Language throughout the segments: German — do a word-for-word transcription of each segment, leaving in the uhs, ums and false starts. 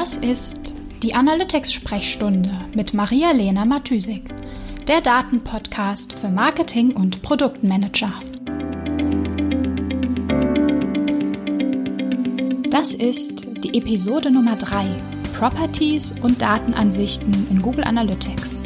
Das ist die Analytics-Sprechstunde mit Maria-Lena Matysik, der Datenpodcast für Marketing- und Produktmanager. Das ist die Episode Nummer drei, Properties und Datenansichten in Google Analytics.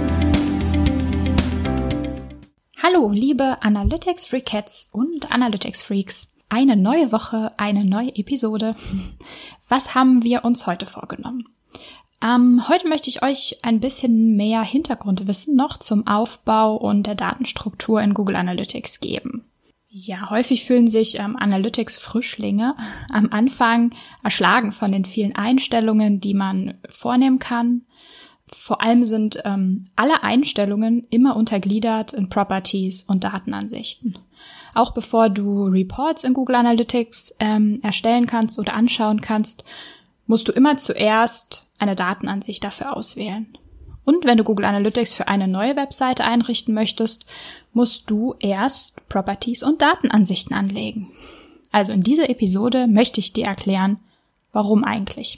Hallo, liebe Analytics-Freakets und Analytics-Freaks. Eine neue Woche, eine neue Episode. Was haben wir uns heute vorgenommen? Ähm, heute möchte ich euch ein bisschen mehr Hintergrundwissen noch zum Aufbau und der Datenstruktur in Google Analytics geben. Ja, häufig fühlen sich ähm, Analytics-Frischlinge am Anfang erschlagen von den vielen Einstellungen, die man vornehmen kann. Vor allem sind ähm, alle Einstellungen immer untergliedert in Properties und Datenansichten. Auch bevor du Reports in Google Analytics ähm, erstellen kannst oder anschauen kannst, musst du immer zuerst eine Datenansicht dafür auswählen. Und wenn du Google Analytics für eine neue Webseite einrichten möchtest, musst du erst Properties und Datenansichten anlegen. Also in dieser Episode möchte ich dir erklären, warum eigentlich.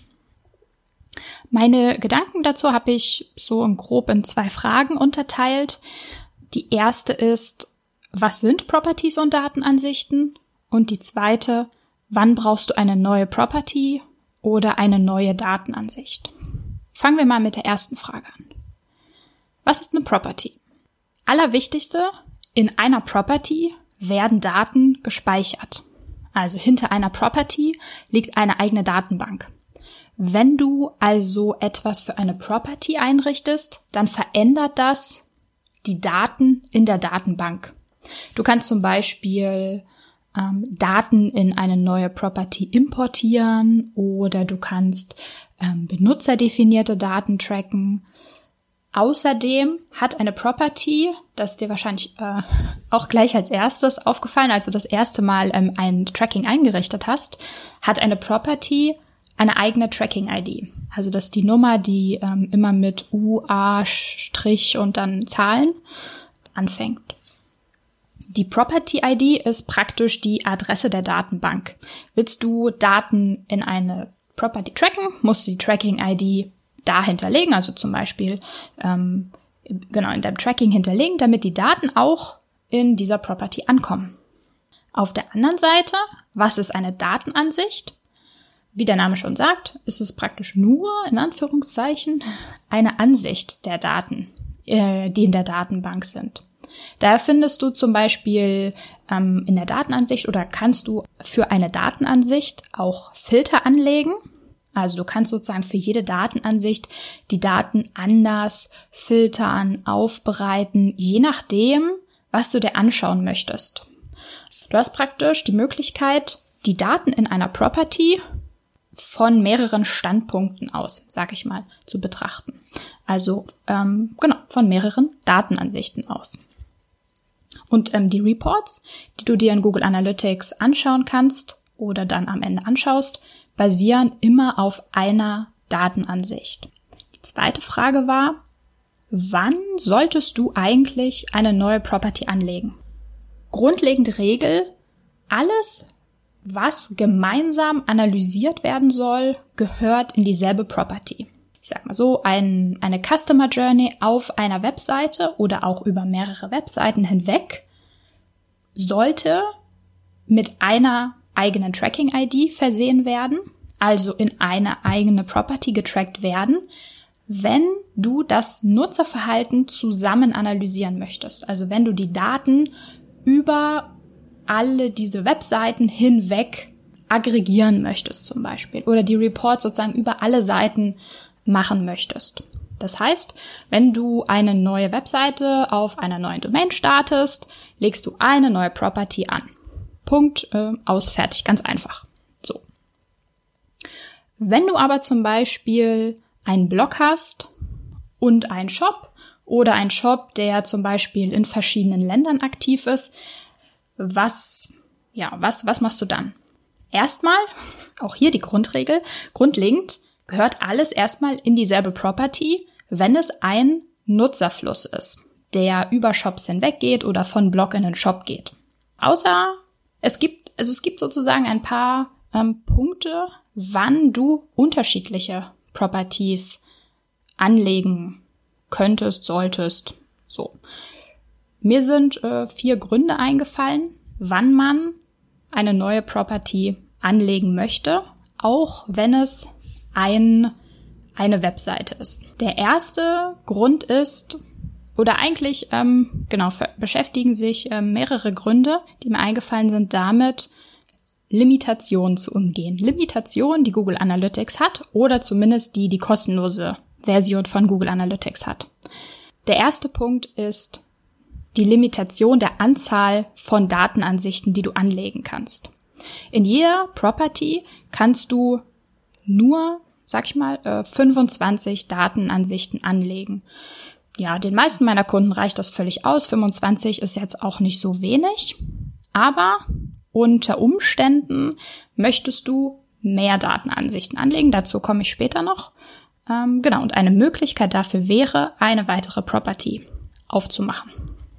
Meine Gedanken dazu habe ich so in grob in zwei Fragen unterteilt. Die erste ist, was sind Properties und Datenansichten? Und die zweite, wann brauchst du eine neue Property oder eine neue Datenansicht? Fangen wir mal mit der ersten Frage an. Was ist eine Property? Allerwichtigste, in einer Property werden Daten gespeichert. Also hinter einer Property liegt eine eigene Datenbank. Wenn du also etwas für eine Property einrichtest, dann verändert das die Daten in der Datenbank. Du kannst zum Beispiel ähm, Daten in eine neue Property importieren oder du kannst ähm, benutzerdefinierte Daten tracken. Außerdem hat eine Property, das ist dir wahrscheinlich äh, auch gleich als erstes aufgefallen, als du das erste Mal ähm, ein Tracking eingerichtet hast, hat eine Property eine eigene Tracking-I D. Also das ist die Nummer, die ähm, immer mit U, A, Strich und dann Zahlen anfängt. Die Property-I D ist praktisch die Adresse der Datenbank. Willst du Daten in eine Property tracken, musst du die Tracking-I D da hinterlegen, also zum Beispiel ähm, genau in deinem Tracking hinterlegen, damit die Daten auch in dieser Property ankommen. Auf der anderen Seite, was ist eine Datenansicht? Wie der Name schon sagt, ist es praktisch nur, in Anführungszeichen, eine Ansicht der Daten, äh, die in der Datenbank sind. Daher findest du zum Beispiel ähm, in der Datenansicht oder kannst du für eine Datenansicht auch Filter anlegen. Also du kannst sozusagen für jede Datenansicht die Daten anders filtern, aufbereiten, je nachdem, was du dir anschauen möchtest. Du hast praktisch die Möglichkeit, die Daten in einer Property von mehreren Standpunkten aus, sag ich mal, zu betrachten. Also ähm, genau, von mehreren Datenansichten aus. Und ähm, die Reports, die du dir in Google Analytics anschauen kannst oder dann am Ende anschaust, basieren immer auf einer Datenansicht. Die zweite Frage war, wann solltest du eigentlich eine neue Property anlegen? Grundlegende Regel, alles, was gemeinsam analysiert werden soll, gehört in dieselbe Property. Ich sag mal so, ein, eine Customer Journey auf einer Webseite oder auch über mehrere Webseiten hinweg sollte mit einer eigenen Tracking-I D versehen werden, also in eine eigene Property getrackt werden, wenn du das Nutzerverhalten zusammen analysieren möchtest. Also wenn du die Daten über alle diese Webseiten hinweg aggregieren möchtest zum Beispiel oder die Reports sozusagen über alle Seiten machen möchtest. Das heißt, wenn du eine neue Webseite auf einer neuen Domain startest, legst du eine neue Property an. Punkt, äh, aus, fertig, ganz einfach. So. Wenn du aber zum Beispiel einen Blog hast und einen Shop oder einen Shop, der zum Beispiel in verschiedenen Ländern aktiv ist, was, ja, was, was machst du dann? Erstmal, auch hier die Grundregel, grundlegend gehört alles erstmal in dieselbe Property, wenn es ein Nutzerfluss ist, der über Shops hinweg geht oder von Blog in den Shop geht. Außer es gibt, also es gibt sozusagen ein paar ähm, Punkte, wann du unterschiedliche Properties anlegen könntest, solltest. So. Mir sind äh, vier Gründe eingefallen, wann man eine neue Property anlegen möchte, auch wenn es ein, eine Webseite ist. Der erste Grund ist, oder eigentlich, ähm, genau, beschäftigen sich ähm, mehrere Gründe, die mir eingefallen sind, damit, Limitationen zu umgehen. Limitationen, die Google Analytics hat, oder zumindest die die kostenlose Version von Google Analytics hat. Der erste Punkt ist die Limitation der Anzahl von Datenansichten, die du anlegen kannst. In jeder Property kannst du nur, sag ich mal, fünfundzwanzig Datenansichten anlegen. Ja, den meisten meiner Kunden reicht das völlig aus. fünfundzwanzig ist jetzt auch nicht so wenig. Aber unter Umständen möchtest du mehr Datenansichten anlegen. Dazu komme ich später noch. Ähm, genau, und eine Möglichkeit dafür wäre, eine weitere Property aufzumachen.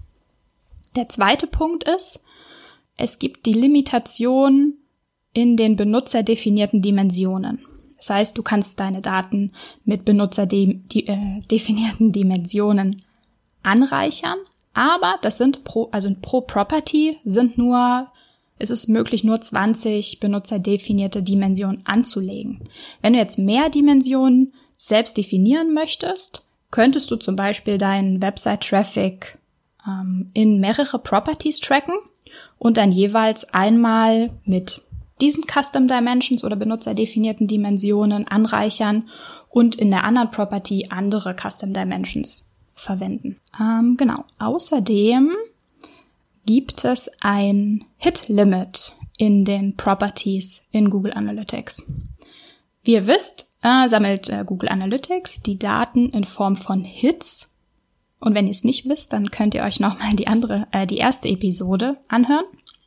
Der zweite Punkt ist, es gibt die Limitation in den benutzerdefinierten Dimensionen. Das heißt, du kannst deine Daten mit benutzerdefinierten Dimensionen anreichern, aber das sind pro, also pro Property sind nur, es ist möglich, nur zwanzig benutzerdefinierte Dimensionen anzulegen. Wenn du jetzt mehr Dimensionen selbst definieren möchtest, könntest du zum Beispiel deinen Website-Traffic ähm, in mehrere Properties tracken und dann jeweils einmal mit diesen Custom Dimensions oder benutzerdefinierten Dimensionen anreichern und in der anderen Property andere Custom Dimensions verwenden. Ähm, genau. Außerdem gibt es ein Hit-Limit in den Properties in Google Analytics. Wie ihr wisst, äh, sammelt äh, Google Analytics die Daten in Form von Hits. Und wenn ihr es nicht wisst, dann könnt ihr euch nochmal die andere, äh, die erste Episode anhören.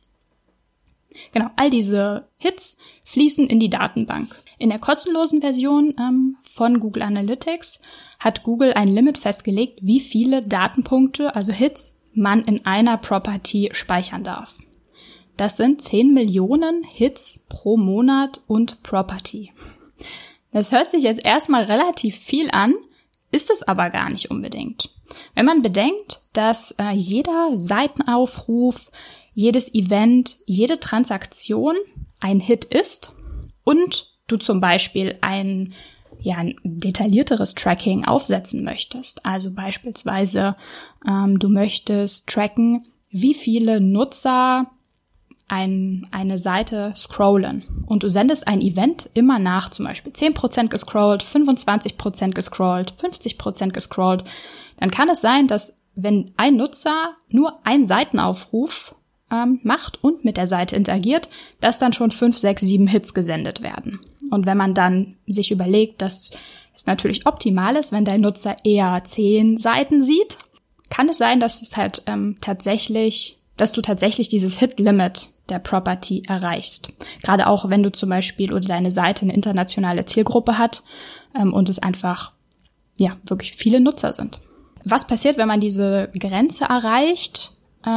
Genau, all diese Hits fließen in die Datenbank. In der kostenlosen Version ähm, von Google Analytics hat Google ein Limit festgelegt, wie viele Datenpunkte, also Hits, man in einer Property speichern darf. Das sind zehn Millionen Hits pro Monat und Property. Das hört sich jetzt erstmal relativ viel an, ist es aber gar nicht unbedingt. Wenn man bedenkt, dass äh, jeder Seitenaufruf, jedes Event, jede Transaktion ein Hit ist und du zum Beispiel ein, ja, ein detaillierteres Tracking aufsetzen möchtest. Also beispielsweise ähm, du möchtest tracken, wie viele Nutzer ein, eine Seite scrollen und du sendest ein Event immer nach, zum Beispiel zehn Prozent gescrollt, fünfundzwanzig Prozent gescrollt, fünfzig Prozent gescrollt, dann kann es sein, dass wenn ein Nutzer nur einen Seitenaufruf macht und mit der Seite interagiert, dass dann schon fünf, sechs, sieben Hits gesendet werden. Und wenn man dann sich überlegt, dass es natürlich optimal ist, wenn dein Nutzer eher zehn Seiten sieht, kann es sein, dass es halt ähm, tatsächlich, dass du tatsächlich dieses Hit-Limit der Property erreichst. Gerade auch, wenn du zum Beispiel oder deine Seite eine internationale Zielgruppe hat ähm, und es einfach, ja, wirklich viele Nutzer sind. Was passiert, wenn man diese Grenze erreicht?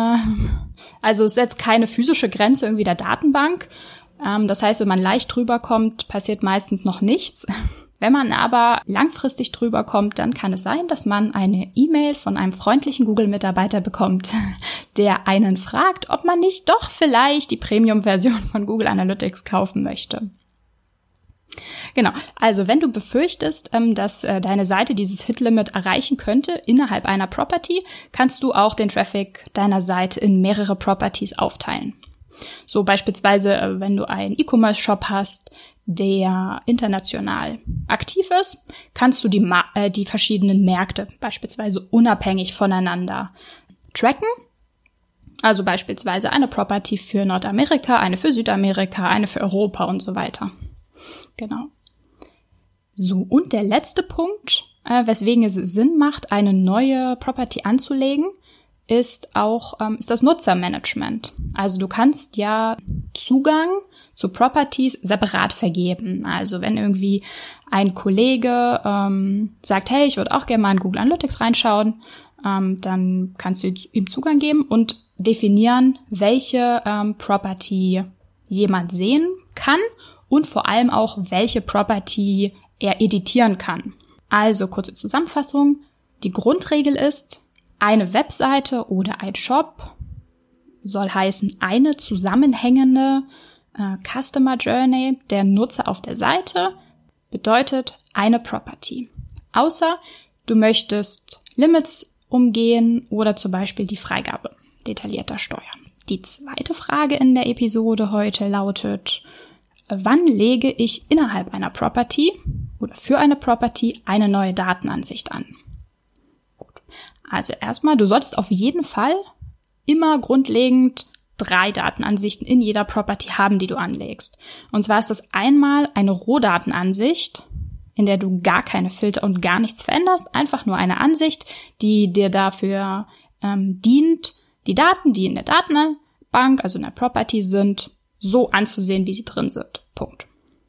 Also es setzt keine physische Grenze irgendwie der Datenbank. Das heißt, wenn man leicht drüber kommt, passiert meistens noch nichts. Wenn man aber langfristig drüber kommt, dann kann es sein, dass man eine E-Mail von einem freundlichen Google-Mitarbeiter bekommt, der einen fragt, ob man nicht doch vielleicht die Premium-Version von Google Analytics kaufen möchte. Genau, also wenn du befürchtest, dass deine Seite dieses Hit-Limit erreichen könnte innerhalb einer Property, kannst du auch den Traffic deiner Seite in mehrere Properties aufteilen. So beispielsweise, wenn du einen E-Commerce-Shop hast, der international aktiv ist, kannst du die, Ma- äh, die verschiedenen Märkte beispielsweise unabhängig voneinander tracken. Also beispielsweise eine Property für Nordamerika, eine für Südamerika, eine für Europa und so weiter. Genau. So, und der letzte Punkt, äh, weswegen es Sinn macht, eine neue Property anzulegen, ist auch ähm, ist das Nutzermanagement. Also du kannst ja Zugang zu Properties separat vergeben. Also wenn irgendwie ein Kollege ähm, sagt, hey, ich würde auch gerne mal in Google Analytics reinschauen, ähm, dann kannst du ihm Zugang geben und definieren, welche ähm, Property jemand sehen kann und vor allem auch, welche Property er editieren kann. Also kurze Zusammenfassung. Die Grundregel ist, eine Webseite oder ein Shop soll heißen eine zusammenhängende äh, Customer Journey der Nutzer auf der Seite, bedeutet eine Property. Außer du möchtest Limits umgehen oder zum Beispiel die Freigabe detaillierter steuern. Die zweite Frage in der Episode heute lautet, wann lege ich innerhalb einer Property oder für eine Property eine neue Datenansicht an? Gut. Also erstmal, du solltest auf jeden Fall immer grundlegend drei Datenansichten in jeder Property haben, die du anlegst. Und zwar ist das einmal eine Rohdatenansicht, in der du gar keine Filter und gar nichts veränderst, einfach nur eine Ansicht, die dir dafür ähm, dient, die Daten, die in der Datenbank, also in der Property sind, so anzusehen, wie sie drin sind. Punkt.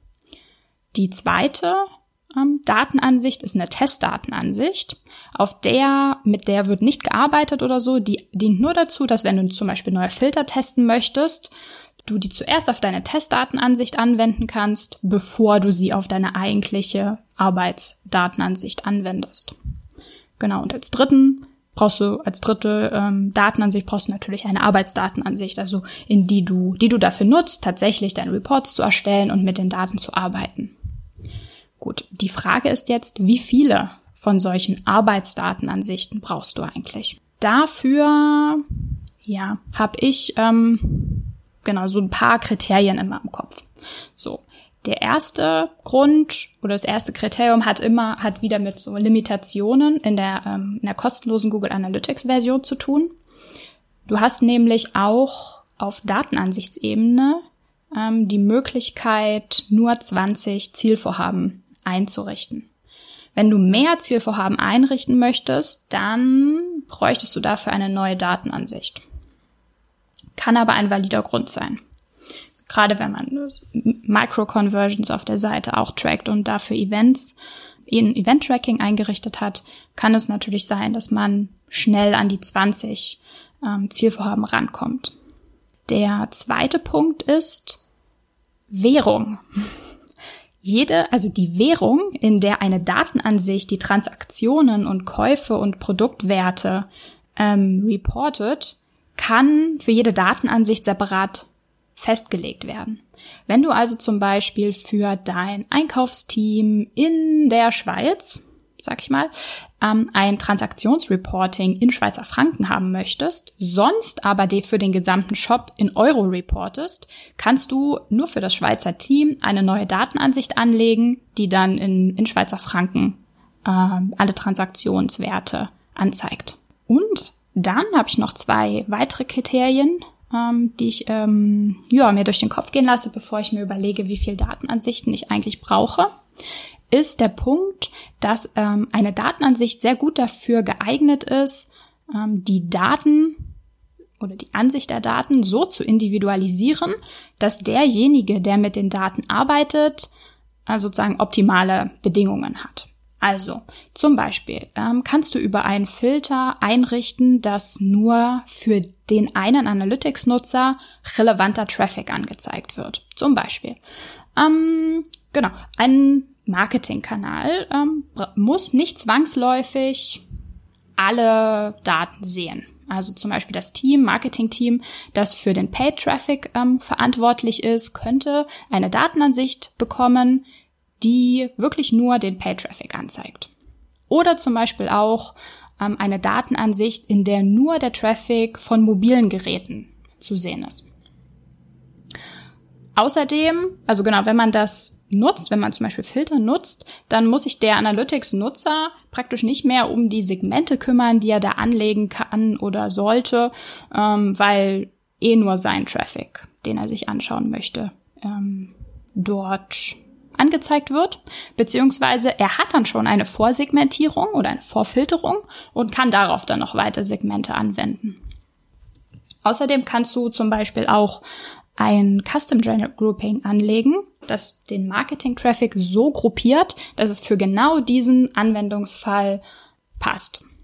Die zweite ähm, Datenansicht ist eine Testdatenansicht, auf der, mit der wird nicht gearbeitet oder so, die dient nur dazu, dass wenn du zum Beispiel neue Filter testen möchtest, du die zuerst auf deine Testdatenansicht anwenden kannst, bevor du sie auf deine eigentliche Arbeitsdatenansicht anwendest. Genau, und als dritten brauchst du, als dritte ähm, Datenansicht brauchst du natürlich eine Arbeitsdatenansicht, also in die du, die du dafür nutzt, tatsächlich deine Reports zu erstellen und mit den Daten zu arbeiten. Gut, die Frage ist jetzt, wie viele von solchen Arbeitsdatenansichten brauchst du eigentlich? Dafür, ja, habe ich ähm, genau so ein paar Kriterien immer im Kopf. So, der erste Grund oder das erste Kriterium hat immer hat wieder mit so Limitationen in der ähm, in der kostenlosen Google Analytics Version zu tun. Du hast nämlich auch auf Datenansichtsebene ähm, die Möglichkeit, nur zwanzig Zielvorhaben einzurichten. Wenn du mehr Zielvorhaben einrichten möchtest, dann bräuchtest du dafür eine neue Datenansicht. Kann aber ein valider Grund sein. Gerade wenn man Micro-Conversions auf der Seite auch trackt und dafür Events, in Event-Tracking eingerichtet hat, kann es natürlich sein, dass man schnell an die zwanzig ähm, Zielvorhaben rankommt. Der zweite Punkt ist Währung. Jede, also die Währung, in der eine Datenansicht die Transaktionen und Käufe und Produktwerte ähm, reportet, kann für jede Datenansicht separat festgelegt werden. Wenn du also zum Beispiel für dein Einkaufsteam in der Schweiz, sag ich mal, ähm, ein Transaktionsreporting in Schweizer Franken haben möchtest, sonst aber für den gesamten Shop in Euro reportest, kannst du nur für das Schweizer Team eine neue Datenansicht anlegen, die dann in, in Schweizer Franken äh, alle Transaktionswerte anzeigt. Und dann habe ich noch zwei weitere Kriterien, ähm, die ich ähm, ja, mir durch den Kopf gehen lasse, bevor ich mir überlege, wie viele Datenansichten ich eigentlich brauche, ist der Punkt, dass ähm, eine Datenansicht sehr gut dafür geeignet ist, ähm, die Daten oder die Ansicht der Daten so zu individualisieren, dass derjenige, der mit den Daten arbeitet, äh, sozusagen optimale Bedingungen hat. Also zum Beispiel ähm, kannst du über einen Filter einrichten, dass nur für den einen Analytics-Nutzer relevanter Traffic angezeigt wird. Zum Beispiel, ähm, genau, ein Marketingkanal ähm, muss nicht zwangsläufig alle Daten sehen. Also zum Beispiel das Team, Marketing-Team, das für den Paid-Traffic ähm, verantwortlich ist, könnte eine Datenansicht bekommen, die wirklich nur den Paid-Traffic anzeigt. Oder zum Beispiel auch ähm, eine Datenansicht, in der nur der Traffic von mobilen Geräten zu sehen ist. Außerdem, also genau, wenn man das nutzt, wenn man zum Beispiel Filter nutzt, dann muss sich der Analytics-Nutzer praktisch nicht mehr um die Segmente kümmern, die er da anlegen kann oder sollte, ähm, weil eh nur sein Traffic, den er sich anschauen möchte, ähm, dort angezeigt wird, beziehungsweise er hat dann schon eine Vorsegmentierung oder eine Vorfilterung und kann darauf dann noch weitere Segmente anwenden. Außerdem kannst du zum Beispiel auch ein Custom Journal Grouping anlegen, das den Marketing-Traffic so gruppiert, dass es für genau diesen Anwendungsfall passt.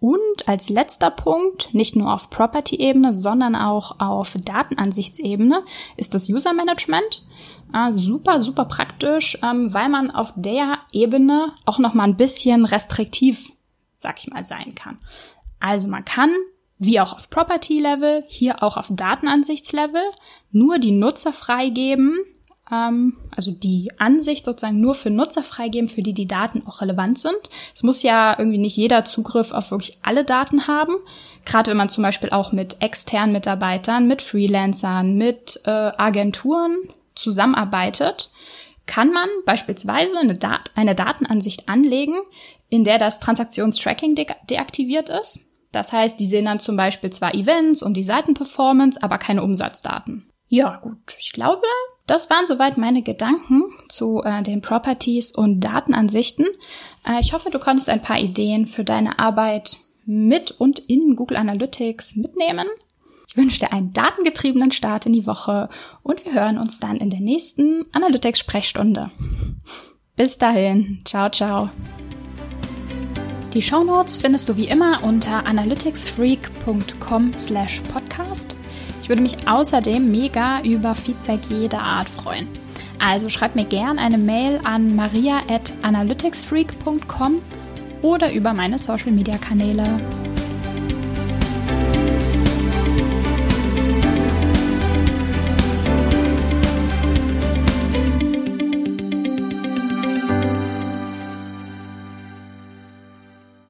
Und als letzter Punkt, nicht nur auf Property-Ebene, sondern auch auf Datenansichtsebene, ist das User-Management. Äh, super, super praktisch, ähm, weil man auf der Ebene auch noch mal ein bisschen restriktiv, sag ich mal, sein kann. Also man kann, wie auch auf Property-Level, hier auch auf Datenansichtslevel, nur die Nutzer freigeben, also die Ansicht sozusagen nur für Nutzer freigeben, für die die Daten auch relevant sind. Es muss ja irgendwie nicht jeder Zugriff auf wirklich alle Daten haben. Gerade wenn man zum Beispiel auch mit externen Mitarbeitern, mit Freelancern, mit äh, Agenturen zusammenarbeitet, kann man beispielsweise eine, Dat- eine Datenansicht anlegen, in der das Transaktionstracking de- deaktiviert ist. Das heißt, die sehen dann zum Beispiel zwar Events und die Seitenperformance, aber keine Umsatzdaten. Ja, gut. Ich glaube, das waren soweit meine Gedanken zu äh, den Properties und Datenansichten. Äh, ich hoffe, du konntest ein paar Ideen für deine Arbeit mit und in Google Analytics mitnehmen. Ich wünsche dir einen datengetriebenen Start in die Woche und wir hören uns dann in der nächsten Analytics-Sprechstunde. Bis dahin. Ciao, ciao. Die Shownotes findest du wie immer unter analyticsfreak.com slash podcast. Ich würde mich außerdem mega über Feedback jeder Art freuen. Also schreib mir gern eine Mail an maria at analyticsfreak punkt com oder über meine Social-Media-Kanäle.